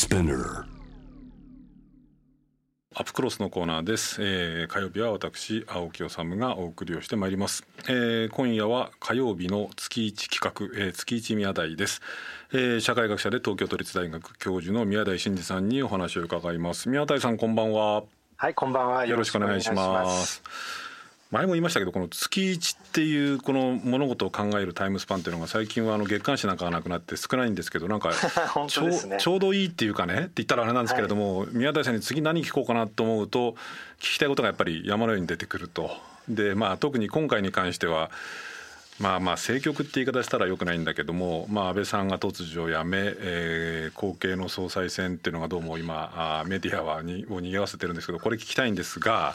Spinner。 アップクロスのコーナーです。火曜日は私青木治がお送りをしてまいります。今夜は火曜日の月一企画、月一宮台です。社会学者で東京都立大学教授の宮台真司さんにお話を伺います。宮台さん、こんばんは。 はい、こんばんは。 よろしくお願いします。前も言いましたけど、この月一っていうこの物事を考えるタイムスパンっていうのが最近は月刊誌なんかがなくなって少ないんですけど、なんか本当ですね、 ちょうどいいっていうかねって言ったらあれなんですけれども、宮台さんに次何聞こうかなと思うと聞きたいことがやっぱり山のように出てくると。で、特に今回に関しては政局って言い方したらよくないんだけども、安倍さんが突如辞め、後継の総裁選っていうのがどうも今メディアを賑わせてるんですけど、これ聞きたいんですが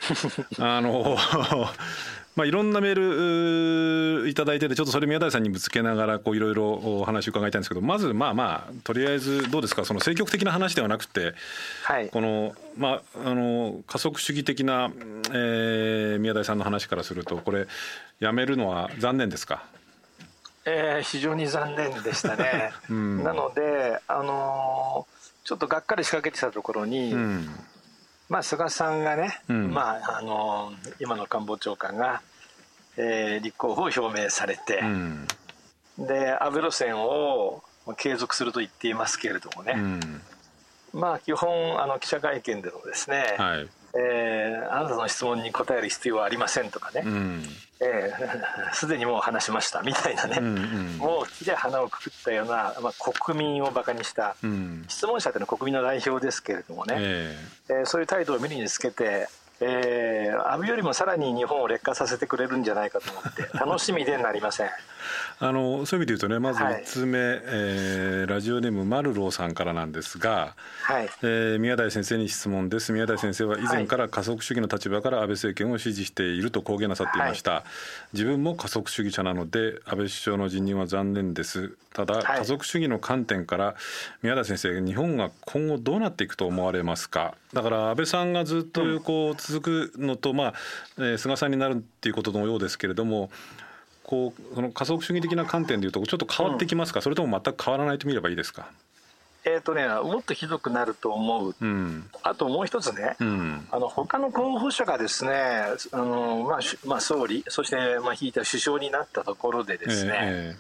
いろんなメールいただいてて、ちょっとそれ宮台さんにぶつけながらいろいろお話を伺いたいんですけど、まずとりあえずどうですか、その政局的な話ではなくて、この加速主義的な、宮台さんの話からすると、これやめるのは残念ですか？ 非常に残念でしたね、なので、ちょっとがっかり仕掛けてたところに、菅さんがね、今の官房長官が、立候補を表明されて、で安倍路線を継続すると言っていますけれどもね、基本記者会見でのですね、あなたの質問に答える必要はありませんとかね、すでにもう話しましたみたいなね、もう木で花をくくったような、国民をバカにした、質問者というのは国民の代表ですけれどもね、そういう態度を見るにつけて、安倍よりもさらに日本を劣化させてくれるんじゃないかと思って楽しみでなりません。 そういう意味で言うとね、まず1つ目、ラジオネームマルローさんからなんですが、宮台先生に質問です。宮台先生は以前から加速主義の立場から安倍政権を支持していると公言なさっていました。自分も加速主義者なので安倍首相の辞任は残念です。ただ、加速主義の観点から宮台先生、日本が今後どうなっていくと思われますか？だから安倍さんがずっと続くのと、菅さんになるっていうことのようですけれども、その加速主義的な観点でいうとちょっと変わってきますか？それとも全く変わらないと見ればいいですか？ もっとひどくなると思う、あともう一つね、他の候補者がですね、総理、そしてひいては首相になったところでですね、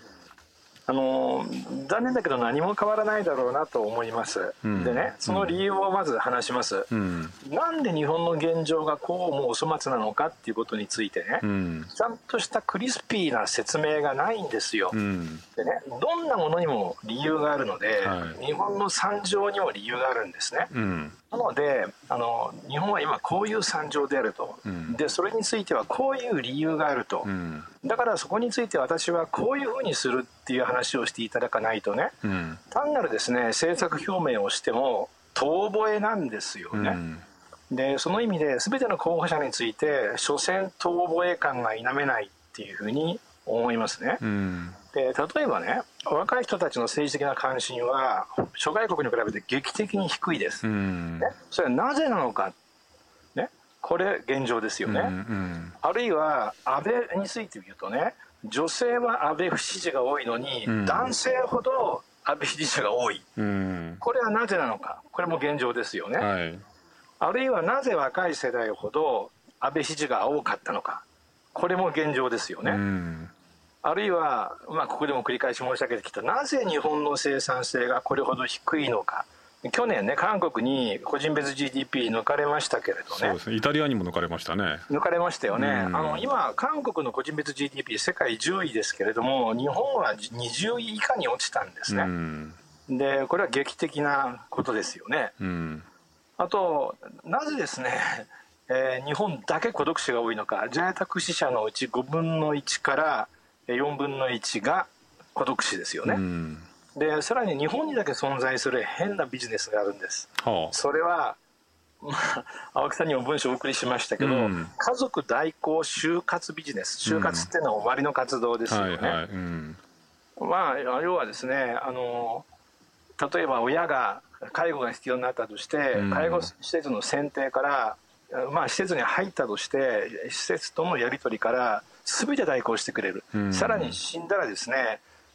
残念だけど何も変わらないだろうなと思います、でね、その理由をまず話します、なんで日本の現状がこうもお粗末なのかっていうことについてね、ちゃんとしたクリスピーな説明がないんですよ、でね、どんなものにも理由があるので、日本の惨状にも理由があるんですね、なので日本は今こういう惨状であると、でそれについてはこういう理由があると、だからそこについて私はこういうふうにするっていう話をしていただかないとね、単なるですね政策表明をしても遠吠えなんですよね、でその意味で全ての候補者について所詮遠吠え感が否めないっていうふうに思いますね、で例えばね、若い人たちの政治的な関心は諸外国に比べて劇的に低いです、それはなぜなのか、これ現状ですよね、あるいは安倍について言うとね、女性は安倍不支持が多いのに、男性ほど安倍支持者が多い、これはなぜなのか、これも現状ですよね、あるいはなぜ若い世代ほど安倍支持が多かったのか、これも現状ですよね、あるいは、ここでも繰り返し申し上げてきた、なぜ日本の生産性がこれほど低いのか。去年ね、韓国に個人別 GDP 抜かれましたけれどね。 そうですね、イタリアにも抜かれましたね。 抜かれましたよね。今韓国の個人別 GDP 世界10位ですけれども、日本は20位以下に落ちたんですね、でこれは劇的なことですよね、あとなぜですね、日本だけ孤独死が多いのか。在宅死者のうち5分の1から4分の1が孤独死ですよね、でさらに日本にだけ存在する変なビジネスがあるんです、それは、青木さんにも文章をお送りしましたけど、家族代行就活ビジネス、就活っていうのは終わりの活動ですよね、要はですね、例えば親が介護が必要になったとして、介護施設の選定から、施設に入ったとして施設とのやり取りから全て代行してくれる、さらに死んだらですね、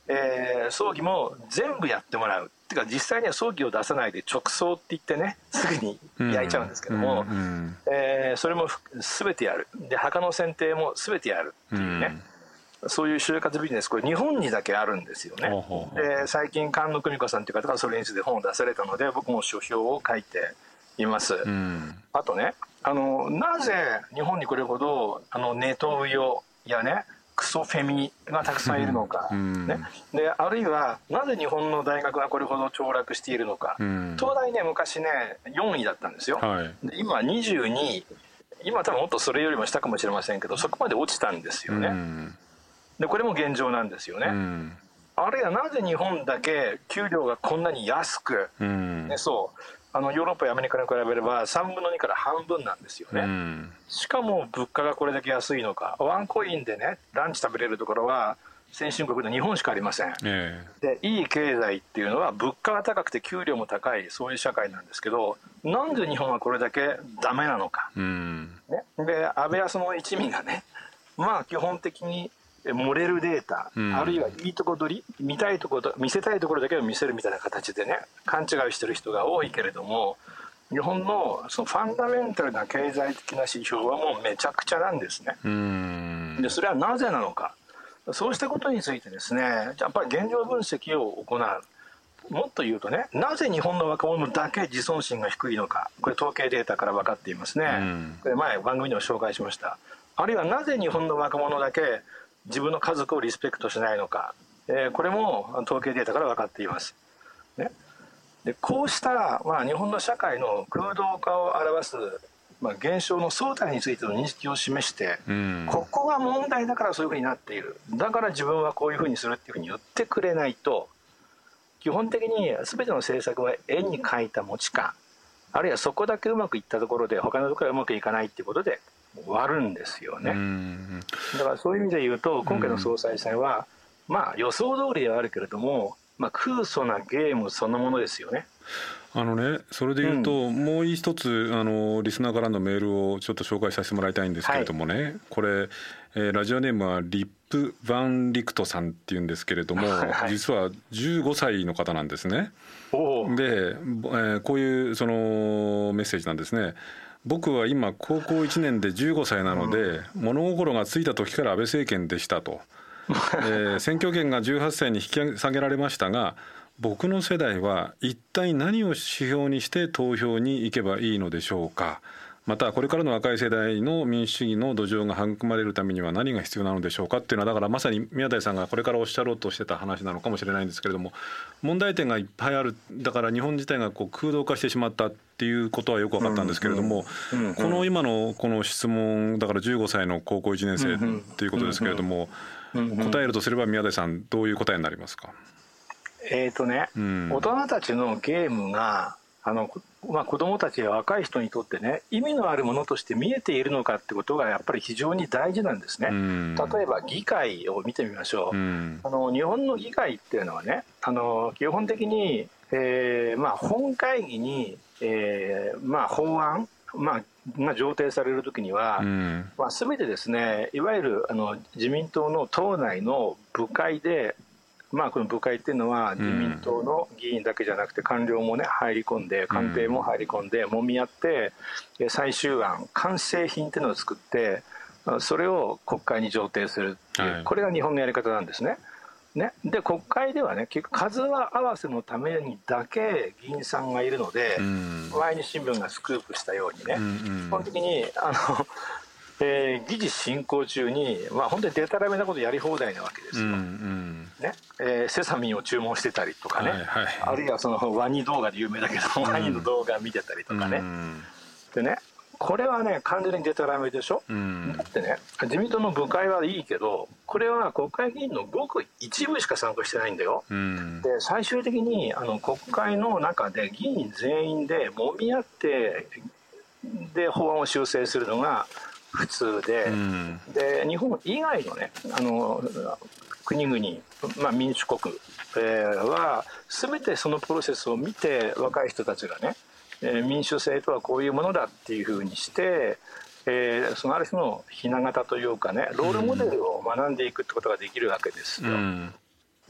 葬儀も全部やってもらうっていうか、実際には葬儀を出さないで直葬って言ってね、すぐに焼いちゃうんですけども、それも全てやる。で墓の選定も全てやるっていうね、そういう就活ビジネス、これ日本にだけあるんですよね。で最近菅野久美子さんという方がそれについて本を出されたので、僕も書評を書いています。あとね、なぜ日本にこれほどネトウヨやね、クソフェミがたくさんいるのか、ね、であるいはなぜ日本の大学がこれほど凋落しているのか。東大ね、昔ね4位だったんですよ、で今22位、今多分もっとそれよりも下かもしれませんけど、そこまで落ちたんですよね。でこれも現状なんですよね。あるいはなぜ日本だけ給料がこんなに安く、ね、そうヨーロッパやアメリカに比べれば3分の2から半分なんですよね。しかも物価がこれだけ安いのか。ワンコインでねランチ食べれるところは先進国で日本しかありません。でいい経済っていうのは物価が高くて給料も高い、そういう社会なんですけど、なんで日本はこれだけダメなのか、ね、で安倍はその一味がね、まあ基本的に盛れるデータ、あるいはいいとこ取り、見せたいところだけを見せるみたいな形でね勘違いしてる人が多いけれども、日本のそのファンダメンタルな経済的な指標はもうめちゃくちゃなんですね。でそれはなぜなのか、そうしたことについてですね、やっぱり現状分析を行う。もっと言うとね、なぜ日本の若者だけ自尊心が低いのか、これ統計データから分かっていますね。これ前番組でも紹介しました。あるいはなぜ日本の若者だけ自分の家族をリスペクトしないのか、これも統計データから分かっています、ね、でこうした、日本の社会の空洞化を表す、現象の相対についての認識を示して、ここが問題だからそういうふうになっている、だから自分はこういうふうにするっていうふうに言ってくれないと、基本的に全ての政策は絵に描いた餅か、あるいはそこだけうまくいったところで他のところはうまくいかないっていうことで終わるんですよね。だからそういう意味で言うと今回の総裁選は予想通りではあるけれども、空想なゲームそのものですよね。 それでいうと、もう一つリスナーからのメールをちょっと紹介させてもらいたいんですけれどもね、これ、ラジオネームはリップ・ヴァン・リクトさんっていうんですけれども、実は15歳の方なんですね。で、こういうそのメッセージなんですね。僕は今高校1年で15歳なので、物心がついた時から安倍政権でしたと。選挙権が18歳に引き下げられましたが、僕の世代は一体何を指標にして投票に行けばいいのでしょうか。またこれからの若い世代の民主主義の土壌が育まれるためには何が必要なのでしょうかっていうのは、だからまさに宮台さんがこれからおっしゃろうとしてた話なのかもしれないんですけれども、問題点がいっぱいある。だから日本自体が空洞化してしまったっていうことはよく分かったんですけれども、この今のこの質問だから15歳の高校1年生っていうことですけれども、答えるとすれば宮台さんどういう答えになりますか。 大人たちのゲームが子どもたちや若い人にとってね、意味のあるものとして見えているのかってことがやっぱり非常に大事なんですね。例えば議会を見てみましょう。日本の議会っていうのはね、基本的に、本会議に、法案、が上呈されるときには、全てですね、いわゆる自民党の党内の部会で、この部会っていうのは自民党の議員だけじゃなくて官僚もね入り込んで、官邸も入り込んで揉み合って、最終案完成品っていうのを作って、それを国会に上呈するっていう、これが日本のやり方なんですね。で国会ではね、結局数合わせのためにだけ議員さんがいるので、毎日新聞がスクープしたようにね、基本的に議事進行中に、本当にデタラメなことやり放題なわけですよ。セサミンを注文してたりとかね、あるいはそのワニ動画で有名だけど、ワニの動画見てたりとかね。でね、これはね完全にデタラメでしょ。だってね、自民党の部会はいいけど、これは国会議員のごく一部しか参加してないんだよ。で最終的に国会の中で議員全員で揉み合ってで法案を修正するのが普通で、で日本以外のね国々、民主国、は全てそのプロセスを見て、若い人たちがね、民主制とはこういうものだっていうふうにして、そのある種のひな形というかね、ロールモデルを学んでいくってことができるわけですよ。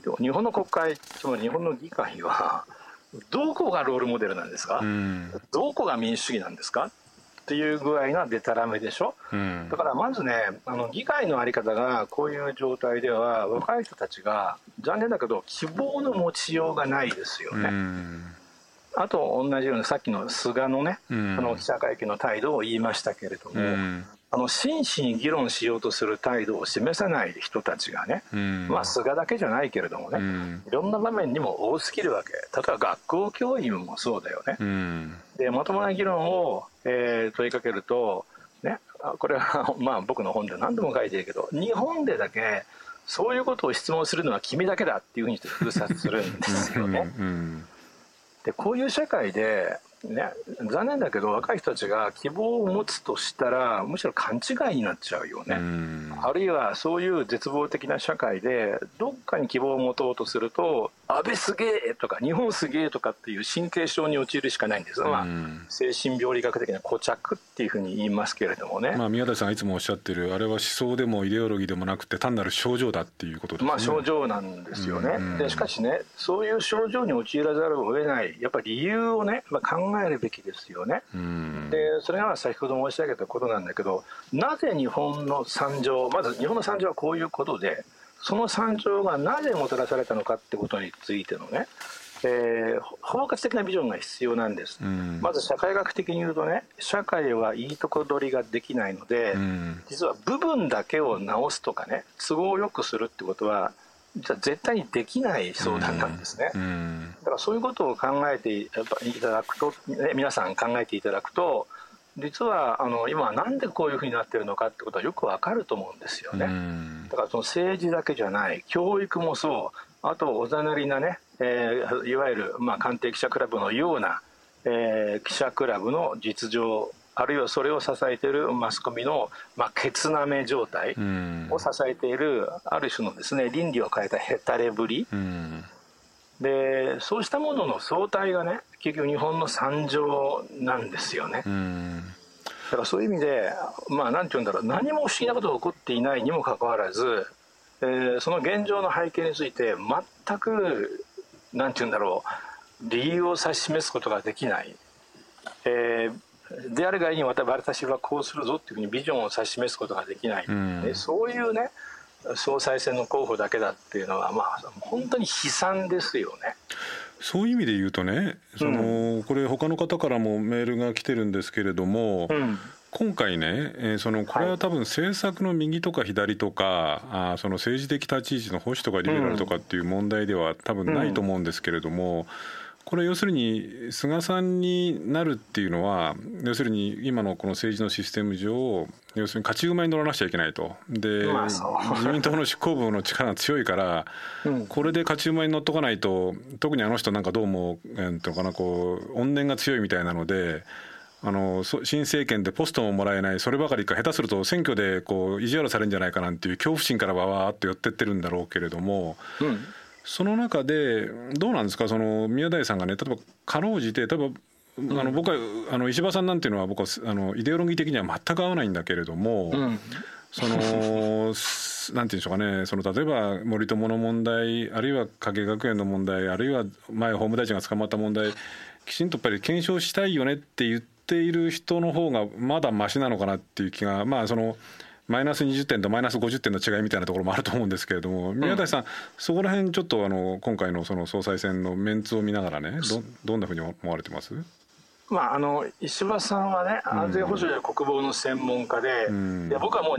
でも日本の国会、つまり日本の議会はどこがロールモデルなんですか、どこが民主主義なんですかっていう具合なデタラメでしょ、だからまずね、議会の在り方がこういう状態では若い人たちが残念だけど希望の持ちようがないですよね。あと同じようにさっきの菅のね、記者会見の態度を言いましたけれども、真摯に議論しようとする態度を示さない人たちがね、まあ菅だけじゃないけれどもね、いろんな場面にも多すぎるわけ。例えば学校教員もそうだよね。でまともな議論を、問いかけると、ね、これはまあ僕の本で何度も書いてるけど、日本でだけそういうことを質問するのは君だけだっていうふうにして封殺するんですよね。でこういう社会で、ね、残念だけど若い人たちが希望を持つとしたらむしろ勘違いになっちゃうよね。あるいはそういう絶望的な社会でどっかに希望を持とうとすると安倍すげえとか日本すげえとかっていう神経症に陥るしかないんです。まあ、精神病理学的な固着っていうふうに言いますけれどもね、 まあ、宮台さんがいつもおっしゃってるあれは思想でもイデオロギーでもなくて単なる症状だっていうことですね。 まあ症状なんですよね。でしかしね、そういう症状に陥らざるを得ないやっぱり理由をね、考えるべきですよね。でそれが先ほど申し上げたことなんだけど、なぜ日本の惨状、まず日本の惨状はこういうことで、その惨状がなぜもたらされたのかってことについてのね、包括的なビジョンが必要なんです。まず社会学的に言うとね、社会はいいとこ取りができないので、実は部分だけを直すとかね、都合をよくするってことはじゃ絶対にできない相談なんですね。だからそういうことを考えていただくと、ね、皆さん考えていただくと、実は今なんでこういうふうになっているのかってことはよくわかると思うんですよね。だからその政治だけじゃない、教育もそう、あとおざなりなね、いわゆる官邸記者クラブのような、記者クラブの実情、あるいはそれを支えているマスコミの、ケツなめ状態を支えているある種のですね、倫理を変えたヘタレぶり、でそうしたものの総体がね、結局日本の惨状なんですよね。だからそういう意味で、なんて言うんだろう、何も不思議なことが起こっていないにもかかわらず、その現状の背景について全くなんて言うんだろう、理由を指し示すことができない、であるがゆえに私はこうするぞっていうふうにビジョンを指し示すことができない、そういうね総裁選の候補だけだっていうのは本当に悲惨ですよね。 そういう意味で言うとね、これ他の方からもメールが来てるんですけれども、今回ね、これは多分政策の右とか左とか、その政治的立ち位置の保守とかリベラルとかっていう問題では多分ないと思うんですけれども、これ要するに菅さんになるっていうのは、要するに今のこの政治のシステム上、要するに勝ち馬に乗らなくちゃいけないと。で、自民党の執行部の力が強いから、これで勝ち馬に乗っとかないと、特にあの人なんかどうも怨念が強いみたいなので、新政権でポストももらえない、そればかりか下手すると選挙で意地悪されるんじゃないかなんていう恐怖心からわーっと寄ってってるんだろうけれども、その中でどうなんですか、その宮台さんがね、例えばかろうじて、僕は石破さんなんていうのは僕はイデオロギー的には全く合わないんだけれども、なんていうんでしょうかね、例えば森友の問題、あるいは加計学園の問題、あるいは前法務大臣が捕まった問題、きちんとやっぱり検証したいよねって言っている人の方がまだマシなのかなっていう気が、マイナス20点とマイナス50点の違いみたいなところもあると思うんですけれども、宮台さん、そこら辺ちょっと今回のその総裁選のメンツを見ながらね、どんなふうに思われてます？ 石破さんはね、安全保障や国防の専門家で、僕はもう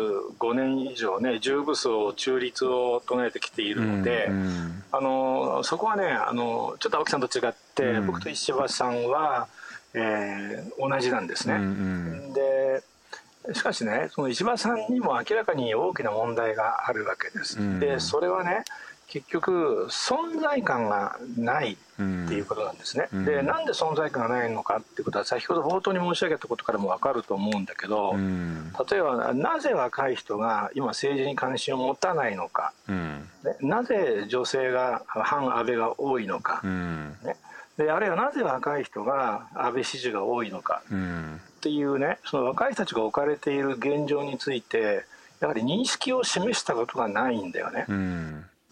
25年以上ね、重武装中立を唱えてきているので、そこはね、ちょっと青木さんと違って、僕と石破さんは、同じなんですね。でしかしね、その石破さんにも明らかに大きな問題があるわけです。でそれはね、結局存在感がないっていうことなんですね。でなんで存在感がないのかっていうことは、先ほど冒頭に申し上げたことからも分かると思うんだけど、例えばなぜ若い人が今政治に関心を持たないのか、なぜ女性が反安倍が多いのか、であるいはなぜ若い人が安倍支持が多いのかっていうね、その若い人たちが置かれている現状についてやはり認識を示したことがないんだよね。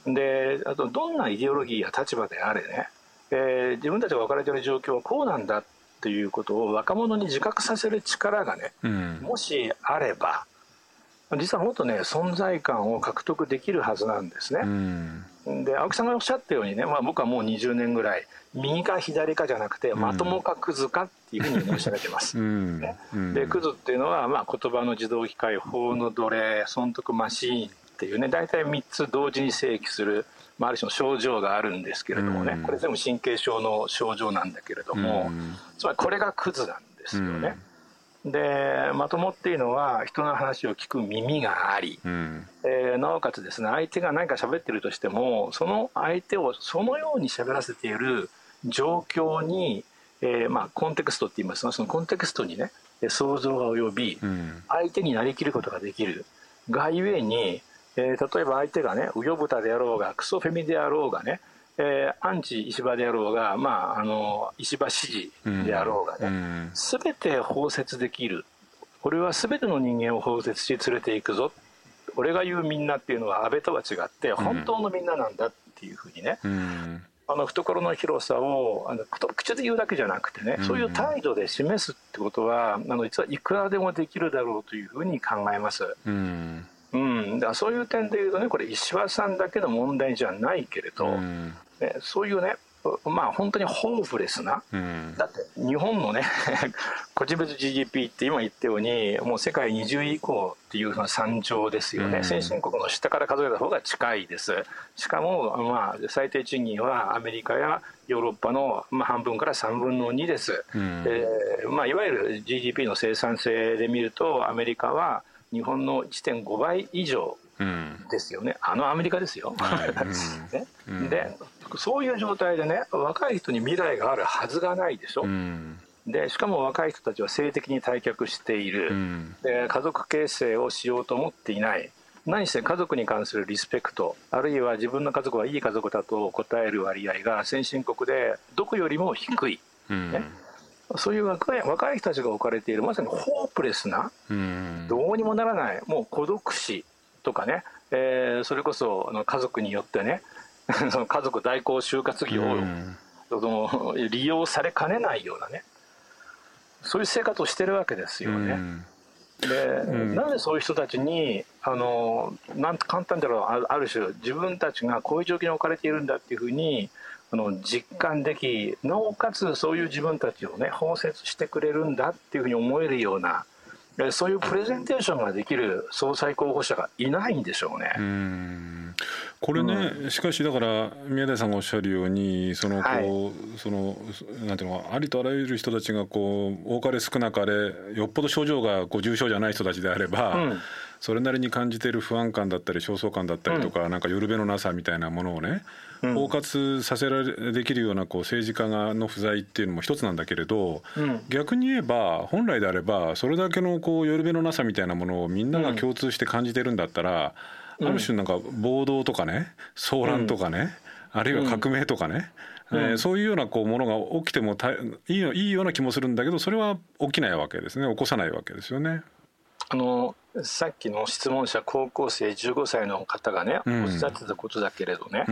であとどんなイデオロギーや立場であれね、自分たちが置かれている状況はこうなんだっていうことを若者に自覚させる力がね、もしあれば実はもっとね存在感を獲得できるはずなんですね。で青木さんがおっしゃったようにね、僕はもう20年ぐらい右か左かじゃなくてまともかクズかっていうふうに申し上げてます、ね、でクズっていうのは、言葉の自動機械、法の奴隷、損得マシーンっていうね、大体3つ同時に正規する、ある種の症状があるんですけれどもね、これ全部神経症の症状なんだけれども、つまりこれがクズなんですよね。でまともっていうのは人の話を聞く耳があり、なおかつですね、相手が何か喋ってるとしてもその相手をそのように喋らせている状況に、コンテクストって言いますが、そのコンテクストにね想像が及び、相手になりきることができるがゆえに、例えば相手がねウヨブタであろうがクソフェミであろうがね、アンチ石破であろうが、石破支持であろうがね、全て包摂できる。俺は全ての人間を包摂し連れていくぞ。俺が言うみんなっていうのは安倍とは違って本当のみんななんだっていうふうにね、懐の広さを口で言うだけじゃなくてね、そういう態度で示すってことは実はいくらでもできるだろうというふうに考えます。だからそういう点でいうとね、これ石破さんだけの問題じゃないけれど、そういうね本当にホープレスな、だって日本のね個人別 GDP って今言ったようにもう世界20位以降っていうのは惨状ですよね。先進国の下から数えた方が近いです。しかも最低賃金はアメリカやヨーロッパの半分から3分の2です。いわゆる GDP の生産性で見るとアメリカは日本の 1.5 倍以上ですよね。アメリカですよ。でそういう状態でね若い人に未来があるはずがないでしょ。でしかも若い人たちは性的に退却している。で家族形成をしようと思っていない。何せ家族に関するリスペクト、あるいは自分の家族はいい家族だと答える割合が先進国でどこよりも低い、そういう若い人たちが置かれているまさにホープレスな、どうにもならないもう孤独死とかね、それこそ家族によってねその家族代行就活業を利用されかねないようなね、そういう生活をしてるわけですよね。でなぜそういう人たちになんて簡単だろう、ある種自分たちがこういう状況に置かれているんだっていうふうに実感でき、なおかつそういう自分たちをね包摂してくれるんだっていうふうに思えるような、そういうプレゼンテーションができる総裁候補者がいないんでしょうね。 これね、しかしだから宮台さんがおっしゃるようにそのなんていうのか、ありとあらゆる人たちが多かれ少なかれよっぽど症状が重症じゃない人たちであれば、それなりに感じている不安感だったり焦燥感だったりとか、なんか寄る辺のなさみたいなものをね、包括させできるような政治家の不在っていうのも一つなんだけれど、逆に言えば本来であればそれだけの寄る辺のなさみたいなものをみんなが共通して感じてるんだったら、ある種なんか暴動とかね、騒乱とかね、あるいは革命とかね、そういうようなものが起きてもいいような気もするんだけど、それは起きないわけですね。起こさないわけですよね。 さっきの質問者高校生15歳の方がね、おっしゃってたことだけれどね、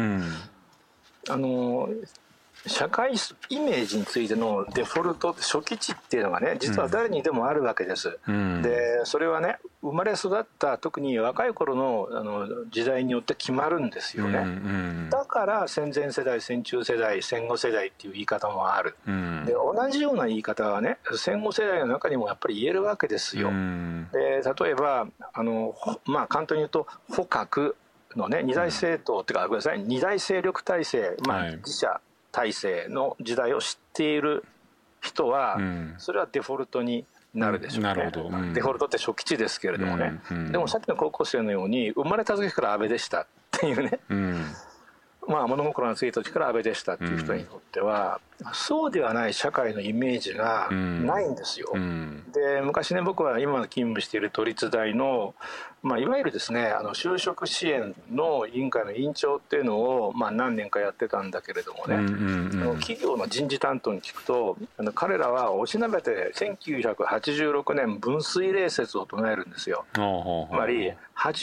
社会イメージについてのデフォルト初期値っていうのがね実は誰にでもあるわけです。でそれはね生まれ育った特に若い頃の時代によって決まるんですよね。だから戦前世代、戦中世代、戦後世代っていう言い方もある。で同じような言い方はね戦後世代の中にもやっぱり言えるわけですよ。で例えば簡単に言うと捕獲のね二大政党っていうかごめんなさい、二大勢力体制、自社体制の時代を知っている人は、それはデフォルトになるでしょうね。デフォルトって初期値ですけれどもね、でもさっきの高校生のように生まれた時から安倍でしたっていうね、物心がついた時から安倍でしたっていう人にとっては、そうではない社会のイメージがないんですよ。で昔ね僕は今勤務している都立大のいわゆるですね就職支援の委員会の委員長っていうのを、何年かやってたんだけれどもね、企業の人事担当に聞くと彼らはおしなべて1986年分水嶺説を唱えるんですよ。つまり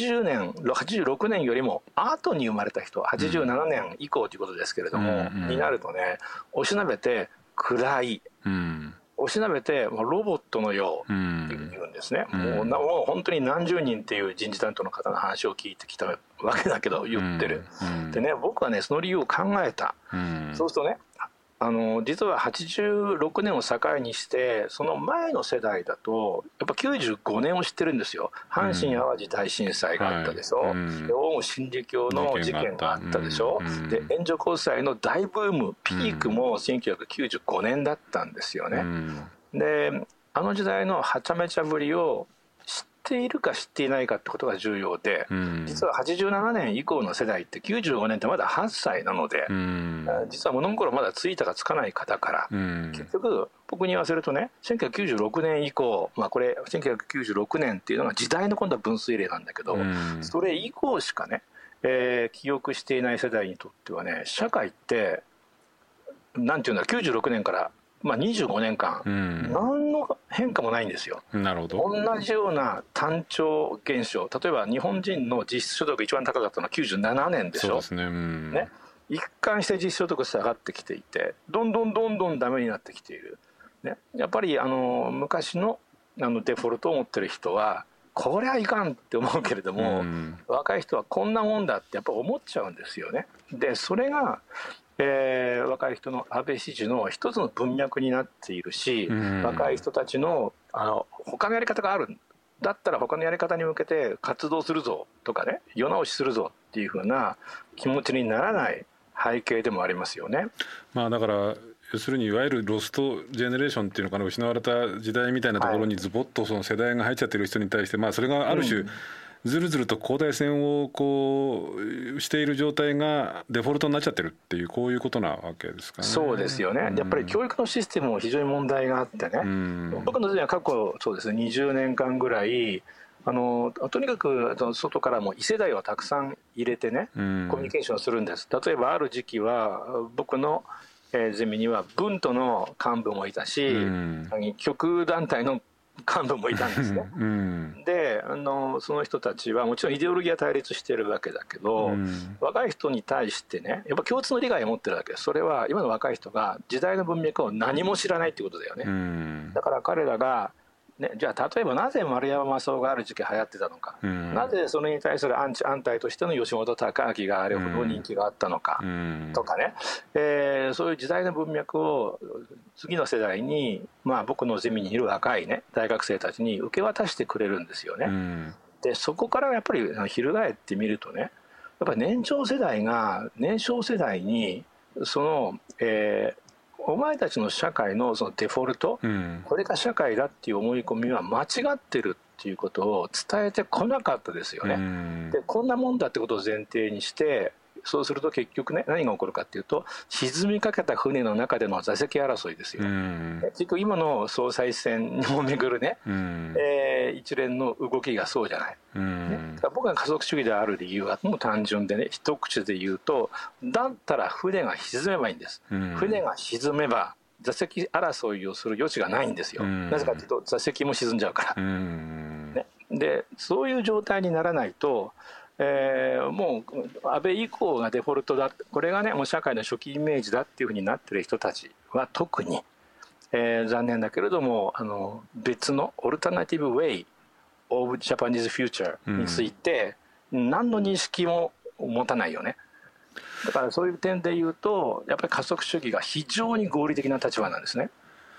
86年よりも後に生まれた人、87年以降ということですけれども、になるとね、おしなべて暗い、おしなべてロボットのようっていうふうに言うんですね。もう本当に何十人っていう人事担当の方の話を聞いてきたわけだけど言ってる。でね、僕はねその理由を考えた。そうするとね、実は86年を境にしてその前の世代だとやっぱ95年を知ってるんですよ。阪神・淡路大震災があったでしょ、でオウム真理教の事件があったでしょ、で援助交際の大ブームピークも1995年だったんですよね。であの時代のはちゃめちゃぶりを知っているか知っていないかってことが重要で、実は87年以降の世代って95年ってまだ8歳なので、実は物心まだついたかつかない方から、結局僕に言わせるとね、1996年以降、これ1996年っていうのが時代の今度は分水嶺なんだけど、それ以降しかね、記憶していない世代にとってはね、社会ってなんていうんだ、96年から25年間、何の変化もないんですよ。 なるほど。 同じような単調現象、例えば日本人の実質所得一番高かったのは97年でしょ。 そうですね。 ね、一貫して実質所得下がってきていて、どんどんダメになってきている。ね、やっぱり昔のデフォルトを持ってる人はこれはいかんって思うけれども、若い人はこんなもんだってやっぱ思っちゃうんですよね。でそれが若い人の安倍支持の一つの文脈になっているし、若い人たちの他のやり方があるんだったら他のやり方に向けて活動するぞとかね、世直しするぞっていうふうな気持ちにならない背景でもありますよね。 だから要するにいわゆるロストジェネレーションっていうのかな、失われた時代みたいなところにズボッとその世代が入っちゃってる人に対して、それがある種、ずるずると後代戦をこうしている状態がデフォルトになっちゃってるっていう、こういうことなわけですかね。 そうですよね。やっぱり教育のシステムも非常に問題があってね、僕の時は過去そうですね20年間ぐらいとにかく外からも異世代をたくさん入れてね、コミュニケーションするんです。例えばある時期は僕のゼミには文との幹部もいたし、極右団体の幹部もいたんですね。でその人たちはもちろんイデオロギーは対立しているわけだけど、若い人に対してねやっぱ共通の利害を持ってるわけです。それは今の若い人が時代の文脈を何も知らないってことだよね。だから彼らがじゃあ例えばなぜ丸山正雄がある時期流行ってたのか、なぜそれに対する安泰としての吉本隆明があれほど人気があったのか、とかね、そういう時代の文脈を次の世代に、僕のゼミにいる若いね大学生たちに受け渡してくれるんですよね。でそこからやっぱり翻ってみるとね、やっぱり年長世代が年少世代にその、お前たちの社会のそのデフォルト、これが社会だっていう思い込みは間違ってるっていうことを伝えてこなかったですよね。でこんなもんだってことを前提にして、そうすると結局ね何が起こるかっていうと、沈みかけた船の中での座席争いですよ。結局今の総裁選をめぐるね、一連の動きがそうじゃない、僕が加速主義である理由はもう単純でね、一口で言うと、だったら船が沈めばいいんです。船が沈めば座席争いをする余地がないんですよ。なぜかというと座席も沈んじゃうから、でそういう状態にならないと、もう安倍以降がデフォルトだ、これがねもう社会の初期イメージだっていうふうになってる人たちは特に、残念だけれども別のオルタナティブウェイオブジャパニーズフューチャーについて何の認識も持たないよね。だからそういう点で言うとやっぱり加速主義が非常に合理的な立場なんですね。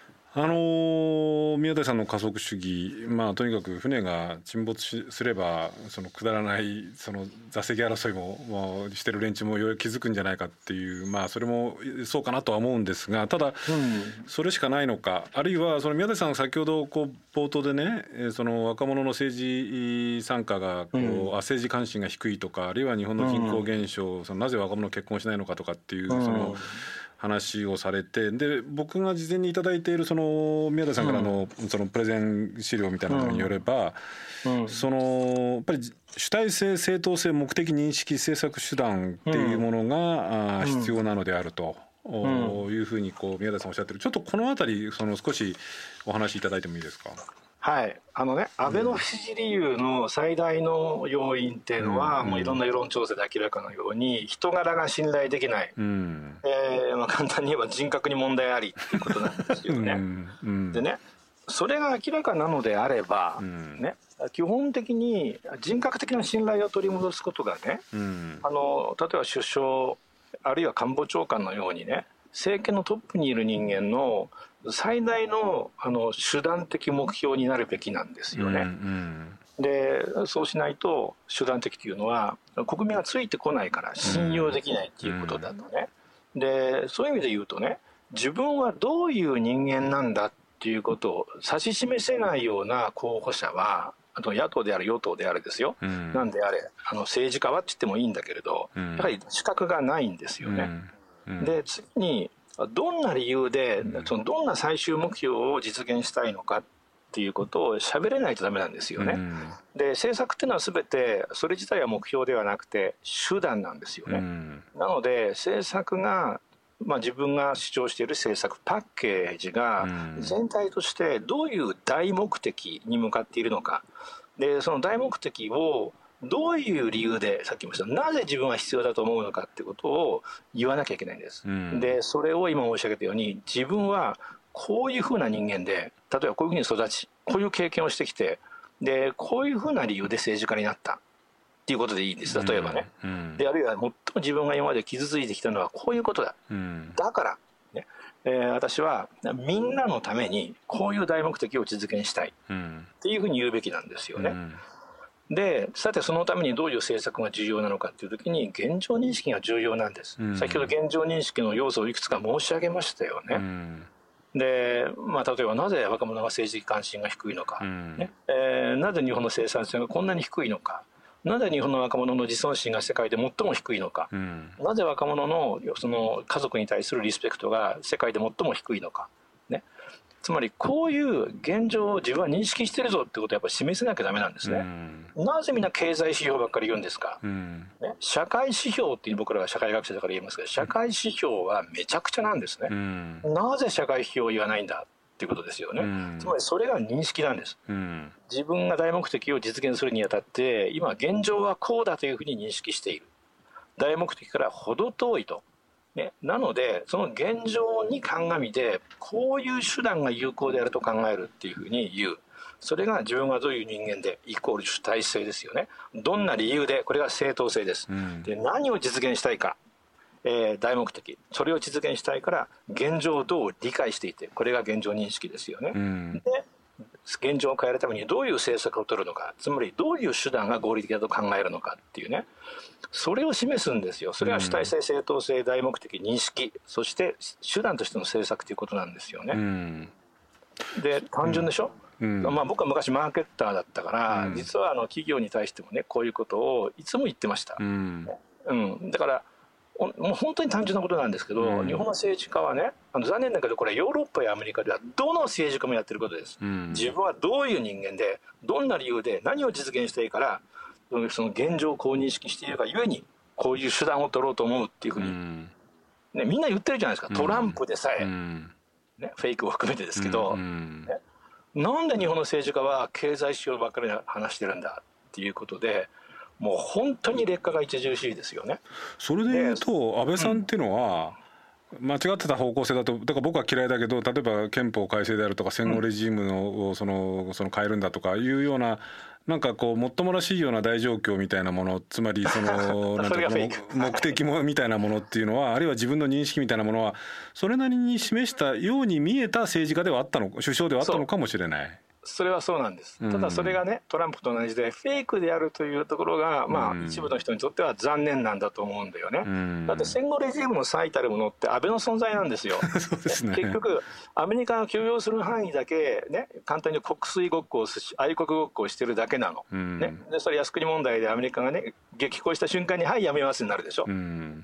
宮台さんの加速主義、とにかく船が沈没すればそのくだらないその座席争いもしてる連中もようやく気づくんじゃないかっていう、それもそうかなとは思うんですが、ただ、それしかないのか、あるいはその宮台さんが先ほど冒頭でね、その若者の政治参加が政治関心が低いとか、あるいは日本の人口減少、そのなぜ若者結婚しないのかとかっていうその話をされて、で僕が事前にいただいているその宮台さんからのそのプレゼン資料みたいなのによれば、そのやっぱり主体性、正当性、目的、認識、政策手段っていうものが必要なのであるというふうにこう宮台さんおっしゃってる。ちょっとこのあたり少しお話しいただいてもいいですか。 はい、安倍の不支持理由の最大の要因っていうのは、もういろんな世論調査で明らかなように人柄が信頼できない、簡単に言えば人格に問題ありっていうことなんですよね。でね、それが明らかなのであれば、基本的に人格的な信頼を取り戻すことがね、例えば首相あるいは官房長官のようにね、政権のトップにいる人間の最大の手段的目標になるべきなんですよね。でそうしないと手段的というのは国民がついてこないから信用できないっていうことだとね。でそういう意味で言うとね、自分はどういう人間なんだっていうことを指し示せないような候補者は、あと野党である与党であるですよ、なんであれ政治家はって言ってもいいんだけれど、やはり資格がないんですよね。で次にどんな理由でどんな最終目標を実現したいのかっていうことを喋れないとダメなんですよね。で政策っていうのは全てそれ自体は目標ではなくて手段なんですよね。なので政策が自分が主張している政策パッケージが全体としてどういう大目的に向かっているのか、でその大目的をどういう理由で、さっき言いましたなぜ自分は必要だと思うのかってことを言わなきゃいけないんです。でそれを今申し上げたように、自分はこういうふうな人間で、例えばこういうふうに育ち、こういう経験をしてきて、でこういうふうな理由で政治家になったっていうことでいいんです。例えばね、であるいは最も自分が今まで傷ついてきたのはこういうことだ、だからね、私はみんなのためにこういう大目的を実現したいっていうふうに言うべきなんですよね。でさてそのためにどういう政策が重要なのかっていう時に現状認識が重要なんです。先ほど現状認識の要素をいくつか申し上げましたよね。で例えばなぜ若者が政治的関心が低いのか、なぜ日本の生産性がこんなに低いのか、なぜ日本の若者の自尊心が世界で最も低いのか、なぜ若者のその家族に対するリスペクトが世界で最も低いのか、ね、つまりこういう現状を自分は認識してるぞってことをやっぱり示せなきゃダメなんですね。なぜみんな経済指標ばっかり言うんですか、社会指標っていう僕らは社会学者だから言いますけど、社会指標はめちゃくちゃなんですね。なぜ社会指標を言わないんだっていうことですよね。つまりそれが認識なんです。自分が大目的を実現するにあたって今現状はこうだというふうに認識している。大目的から程遠いと、なのでその現状に鑑みてこういう手段が有効であると考えるっていうふうに言う。それが自分はどういう人間でイコール主体性ですよね。どんな理由で、これが正当性です。で何を実現したいか、大目的、それを実現したいから現状をどう理解していて、これが現状認識ですよね。で現状を変えるためにどういう政策を取るのか、つまりどういう手段が合理的だと考えるのかっていうね、それを示すんですよ。それが主体性、正当性、大目的、認識、そして手段としての政策ということなんですよね。で単純でしょ。僕は昔マーケッターだったから、実は企業に対してもねこういうことをいつも言ってました。だからもう本当に単純なことなんですけど、日本の政治家はね、残念だけどこれヨーロッパやアメリカではどの政治家もやってることです。自分はどういう人間で、どんな理由で何を実現したいから、その現状をこう認識しているがゆえにこういう手段を取ろうと思うっていうふうに、みんな言ってるじゃないですか。トランプでさえ、フェイクを含めてですけど、なんで日本の政治家は経済指標ばっかり話してるんだっていうことで、もう本当に劣化が著しいですよね。 それでいうと安倍さんっていうのは、間違ってた方向性だと、だから僕は嫌いだけど、例えば憲法改正であるとか戦後レジームをその変えるんだとかいうような、なんかこうもっともらしいような大状況みたいなもの、つまりそのなんていうか目的もみたいなものっていうのは、あるいは自分の認識みたいなものはそれなりに示したように見えた政治家ではあったの、首相ではあったのかもしれない。 それはそうなんです。ただそれがね、トランプと同じでフェイクであるというところが、一部の人にとっては残念なんだと思うんだよね。だって戦後レジームの最たるものって安倍の存在なんですよ。 そうですね。 結局アメリカが許容する範囲だけね、簡単に国粋ごっこを愛国ごっこをしてるだけなの。でそれ靖国問題でアメリカがね激高した瞬間にはいやめますになるでしょ。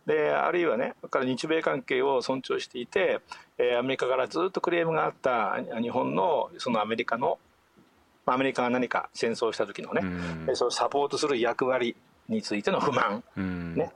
であるいはねから日米関係を尊重していて、アメリカからずっとクレームがあった日本のそのアメリカが何か戦争した時のね、それをサポートする役割についての不満、ね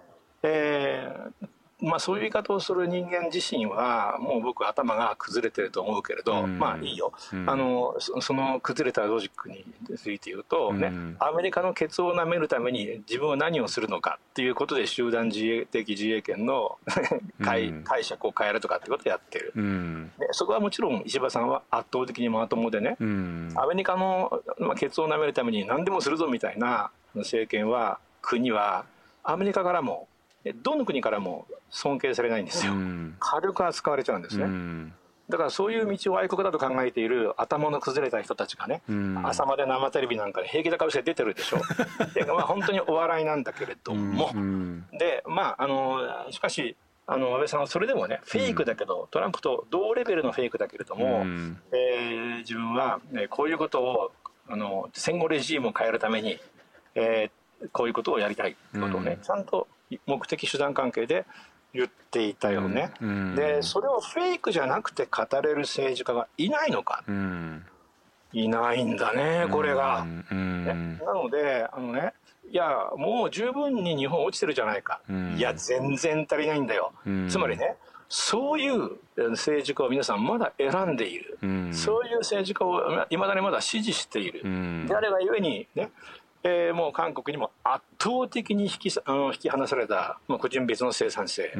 そういう言い方をする人間自身はもう僕頭が崩れてると思うけれど、まあいいよ、その崩れたロジックについて言うと、ねアメリカのケツを舐めるために自分は何をするのかっていうことで集団自衛的自衛権の解釈を変えるとかってことをやってる、でそこはもちろん石破さんは圧倒的にまともでね、アメリカのケツを舐めるために何でもするぞみたいな政権は国はアメリカからもどの国からも尊敬されないんですよ、軽く扱われちゃうんですね、だからそういう道を愛国だと考えている頭の崩れた人たちがね、朝まで生テレビなんかで平気な顔して出てるでしょで、本当にお笑いなんだけれども、でしかし安倍さんはそれでもねフェイクだけど、トランプと同レベルのフェイクだけれども、自分はこういうことを戦後レジームを変えるために、こういうことをやりたいということをね、ちゃんと目的手段関係で言っていたよね、でそれをフェイクじゃなくて語れる政治家がいないのか、いないんだねこれが、なのでいやもう十分に日本落ちてるじゃないか、いや全然足りないんだよ、つまりねそういう政治家を皆さんまだ選んでいる、そういう政治家をいまだにまだ支持している、であればゆえにねもう韓国にも圧倒的に引き離された、個人別の生産性、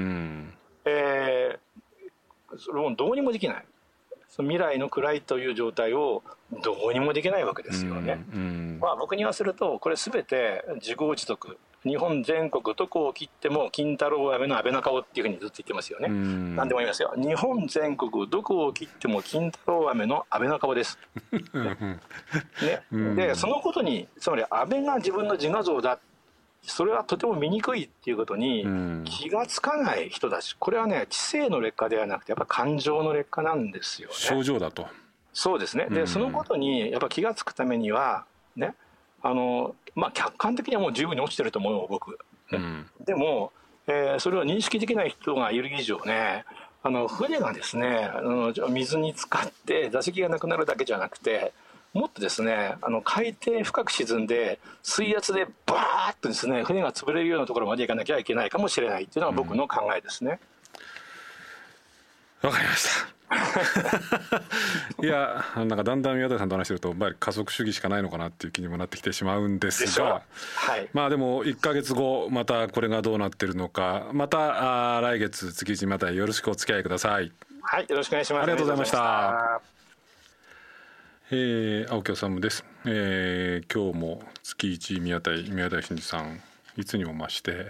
それもどうにもできない、その未来の暗いという状態をどうにもできないわけですよね、僕に言わせるとこれ全て自業自得、日本全国どこを切っても金太郎飴の安倍中尾っていうふうにずっと言ってますよね、何でも言いますよ、日本全国どこを切っても金太郎飴の安倍中尾ですでそのことにつまり安倍が自分の自画像だ、それはとても醜いっていうことに気がつかない人たち、これはね知性の劣化ではなくてやっぱ感情の劣化なんですよね、 症状だと。そうですね、でそのことにやっぱ気がつくためにはね客観的にはもう十分に落ちてると思うよ僕、でも、それを認識できない人がいる以上ね船がですね水に浸かって座席がなくなるだけじゃなくてもっとですね海底深く沈んで水圧でバーッとですね船が潰れるようなところまで行かなきゃいけないかもしれないっていうのが僕の考えですね。 わかりましたいやなんかだんだん宮台さんと話してるとやっぱり加速主義しかないのかなっていう気にもなってきてしまうんですが、でも1ヶ月後またこれがどうなってるのか、また来月月一またよろしくお付き合いください。 はい、よろしくお願いします。 ありがとうございました。青木治です。今日も月一宮台真司さんいつにも増して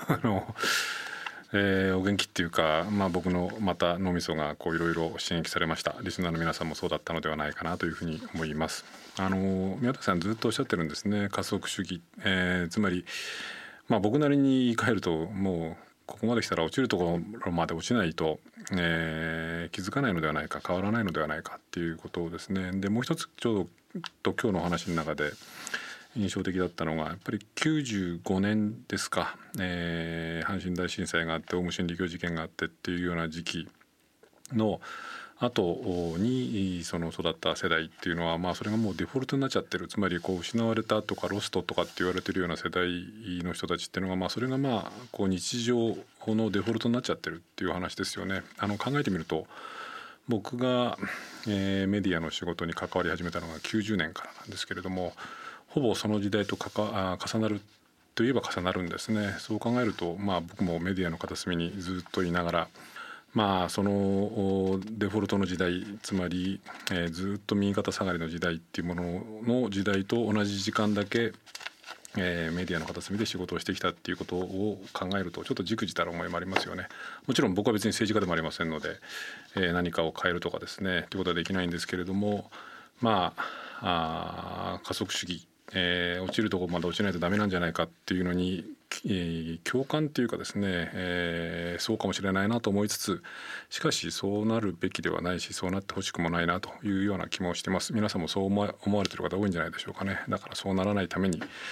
お元気っていうか、僕のまた脳みそがいろいろ刺激されました。リスナーの皆さんもそうだったのではないかなというふうに思います。宮台さんずっとおっしゃってるんですね、加速主義、つまり、僕なりに言い換えるともうここまで来たら落ちるところまで落ちないと、気づかないのではないか、変わらないのではないかっていうことをですね。でもう一つちょうど今日のお話の中で印象的だったのがやっぱり95年ですか、阪神大震災があってオウム真理教事件があってっていうような時期の後に育った世代っていうのは、それがもうデフォルトになっちゃってる、つまり失われたとかロストとかって言われてるような世代の人たちっていうのが、それが日常のデフォルトになっちゃってるっていう話ですよね。考えてみると僕が、メディアの仕事に関わり始めたのが90年からなんですけれども、ほぼその時代と重なるといえば重なるんですね。そう考えると、僕もメディアの片隅にずっといながら、そのデフォルトの時代、つまり、ずっと右肩下がりの時代っていうものの時代と同じ時間だけ、メディアの片隅で仕事をしてきたっていうことを考えるとちょっとじくじたる思いもありますよね。もちろん僕は別に政治家でもありませんので、何かを変えるとかですねということはできないんですけれども、加速主義、落ちるところまで落ちないとダメなんじゃないかっていうのに、共感っていうかですね、そうかもしれないなと思いつつ、しかしそうなるべきではないしそうなってほしくもないなというような気もしてます。皆さんもそう思われている方多いんじゃないでしょうかね。だからそうならないために、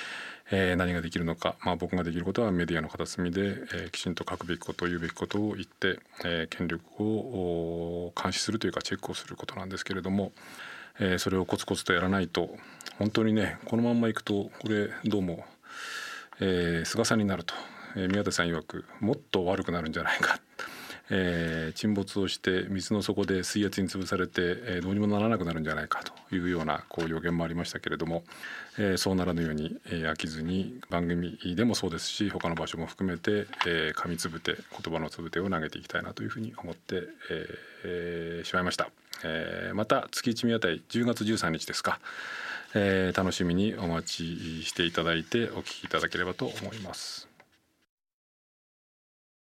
何ができるのか、僕ができることはメディアの片隅で、きちんと書くべきこと言うべきことを言って、権力を監視するというかチェックをすることなんですけれども、それをコツコツとやらないと本当にね、このまんまいくとこれどうも、菅さんになると、宮台さん曰くもっと悪くなるんじゃないか、沈没をして水の底で水圧に潰されて、どうにもならなくなるんじゃないかというような予言もありましたけれども、そうならぬように、飽きずに番組でもそうですし他の場所も含めて、紙つぶて言葉のつぶてを投げていきたいなというふうに思って、しまいました。また月一宮台10月13日ですか、楽しみにお待ちしていただいてお聞きいただければと思います。